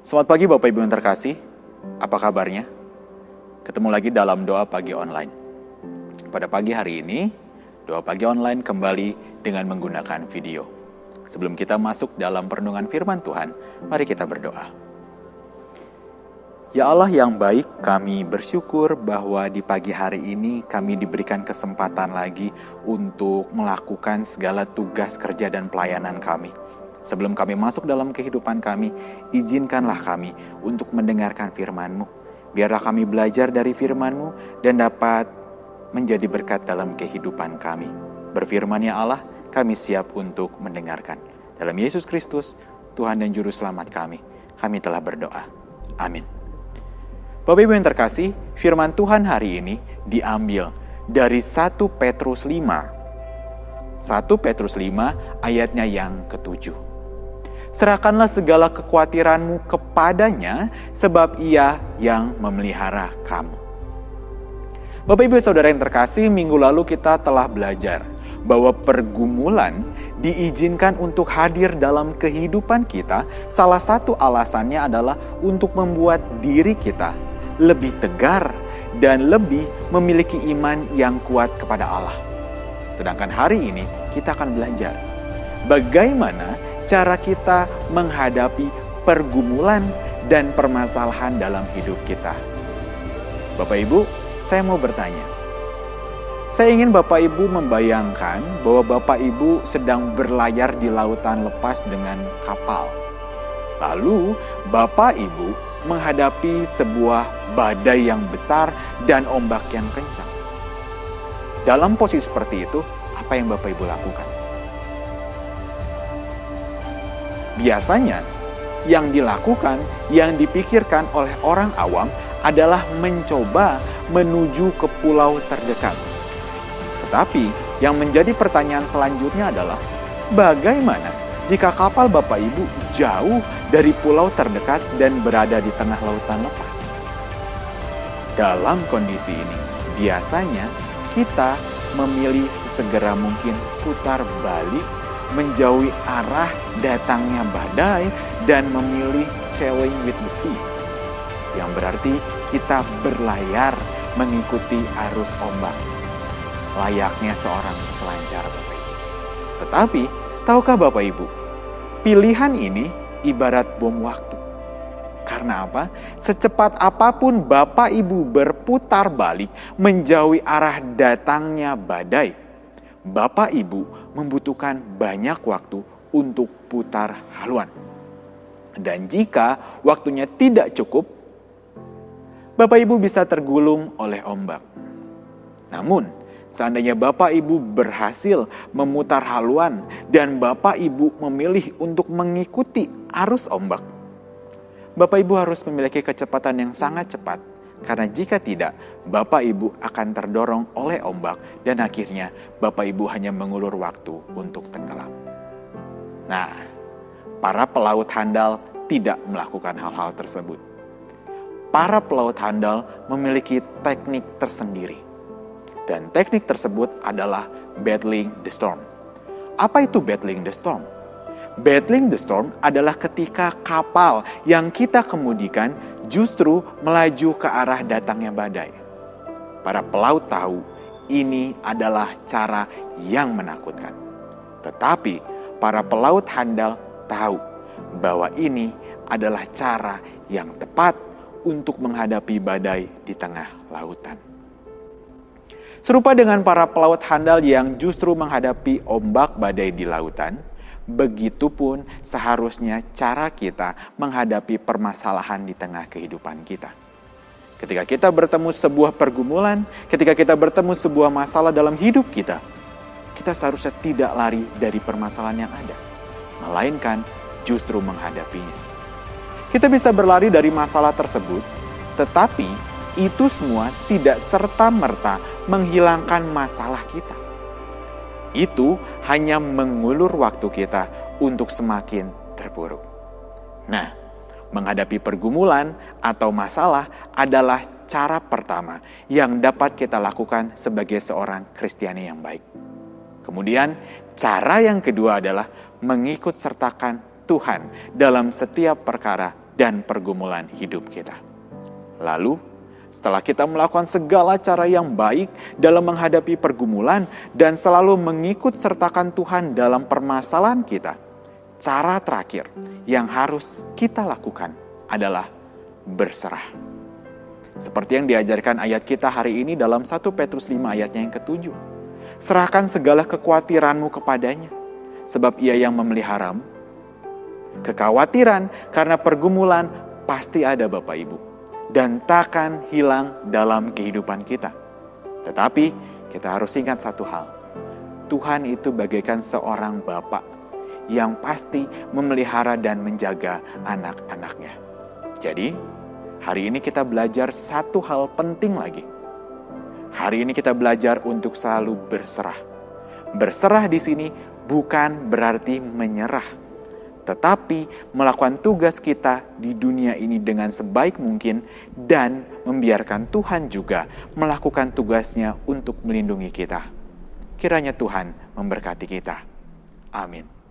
Selamat pagi Bapak Ibu yang terkasih, apa kabarnya? Ketemu lagi dalam Doa Pagi Online. Pada pagi hari ini, Doa Pagi Online kembali dengan menggunakan video. Sebelum kita masuk dalam perenungan firman Tuhan, mari kita berdoa. Ya Allah yang baik, kami bersyukur bahwa di pagi hari ini kami diberikan kesempatan lagi untuk melakukan segala tugas kerja dan pelayanan kami. Sebelum kami masuk dalam kehidupan kami, izinkanlah kami untuk mendengarkan firman-Mu. Biarlah kami belajar dari firman-Mu dan dapat menjadi berkat dalam kehidupan kami. Berfirman ya Allah, kami siap untuk mendengarkan. Dalam Yesus Kristus, Tuhan dan Juru Selamat kami telah berdoa. Amin. Bapak Ibu yang terkasih, firman Tuhan hari ini diambil dari 1 Petrus 5. 1 Petrus 5 ayatnya yang ke-7. Serahkanlah segala kekhawatiranmu kepadanya, sebab ia yang memelihara kamu. Bapak Ibu Saudara yang terkasih, minggu lalu kita telah belajar bahwa pergumulan diizinkan untuk hadir dalam kehidupan kita. Salah satu alasannya adalah untuk membuat diri kita lebih tegar dan lebih memiliki iman yang kuat kepada Allah. Sedangkan hari ini kita akan belajar bagaimana cara kita menghadapi pergumulan dan permasalahan dalam hidup kita. Bapak Ibu, saya mau bertanya. Saya ingin Bapak Ibu membayangkan bahwa Bapak Ibu sedang berlayar di lautan lepas dengan kapal. Lalu Bapak Ibu menghadapi sebuah badai yang besar dan ombak yang kencang. Dalam posisi seperti itu, apa yang Bapak Ibu lakukan? Biasanya, yang dilakukan, yang dipikirkan oleh orang awam adalah mencoba menuju ke pulau terdekat. Tetapi, yang menjadi pertanyaan selanjutnya adalah, bagaimana jika kapal Bapak Ibu jauh dari pulau terdekat dan berada di tengah lautan lepas? Dalam kondisi ini, biasanya kita memilih sesegera mungkin putar balik, menjauhi arah datangnya badai, dan memilih sailing with the sea. Yang berarti kita berlayar mengikuti arus ombak, layaknya seorang peselancar Bapak Ibu. Tetapi, tahukah Bapak Ibu, pilihan ini ibarat bom waktu. Karena apa? Secepat apapun Bapak Ibu berputar balik menjauhi arah datangnya badai, Bapak Ibu membutuhkan banyak waktu untuk putar haluan. Dan jika waktunya tidak cukup, Bapak Ibu bisa tergulung oleh ombak. Namun, seandainya Bapak Ibu berhasil memutar haluan dan Bapak Ibu memilih untuk mengikuti arus ombak, Bapak Ibu harus memiliki kecepatan yang sangat cepat. Karena jika tidak, Bapak Ibu akan terdorong oleh ombak dan akhirnya Bapak Ibu hanya mengulur waktu untuk tenggelam. Nah, para pelaut handal tidak melakukan hal-hal tersebut. Para pelaut handal memiliki teknik tersendiri. Dan teknik tersebut adalah battling the storm. Apa itu battling the storm? Battling the storm adalah ketika kapal yang kita kemudikan justru melaju ke arah datangnya badai. Para pelaut tahu ini adalah cara yang menakutkan. Tetapi para pelaut handal tahu bahwa ini adalah cara yang tepat untuk menghadapi badai di tengah lautan. Serupa dengan para pelaut handal yang justru menghadapi ombak badai di lautan, begitupun seharusnya cara kita menghadapi permasalahan di tengah kehidupan kita. Ketika kita bertemu sebuah pergumulan, ketika kita bertemu sebuah masalah dalam hidup kita seharusnya tidak lari dari permasalahan yang ada, melainkan justru menghadapinya. Kita bisa berlari dari masalah tersebut, tetapi itu semua tidak serta-merta menghilangkan masalah kita. Itu hanya mengulur waktu kita untuk semakin terpuruk. Nah, menghadapi pergumulan atau masalah adalah cara pertama yang dapat kita lakukan sebagai seorang Kristiani yang baik. Kemudian, cara yang kedua adalah mengikut sertakan Tuhan dalam setiap perkara dan pergumulan hidup kita. Lalu, setelah kita melakukan segala cara yang baik dalam menghadapi pergumulan dan selalu mengikut sertakan Tuhan dalam permasalahan kita, cara terakhir yang harus kita lakukan adalah berserah. Seperti yang diajarkan ayat kita hari ini dalam 1 Petrus 5 ayatnya yang ke-7. Serahkan segala kekhawatiranmu kepadanya, sebab ia yang memeliharamu. Kekhawatiran karena pergumulan pasti ada Bapak Ibu, dan takkan hilang dalam kehidupan kita. Tetapi kita harus ingat satu hal. Tuhan itu bagaikan seorang Bapa yang pasti memelihara dan menjaga anak-anaknya. Jadi, hari ini kita belajar satu hal penting lagi. Hari ini kita belajar untuk selalu berserah. Berserah di sini bukan berarti menyerah, tetapi melakukan tugas kita di dunia ini dengan sebaik mungkin dan membiarkan Tuhan juga melakukan tugasnya untuk melindungi kita. Kiranya Tuhan memberkati kita. Amin.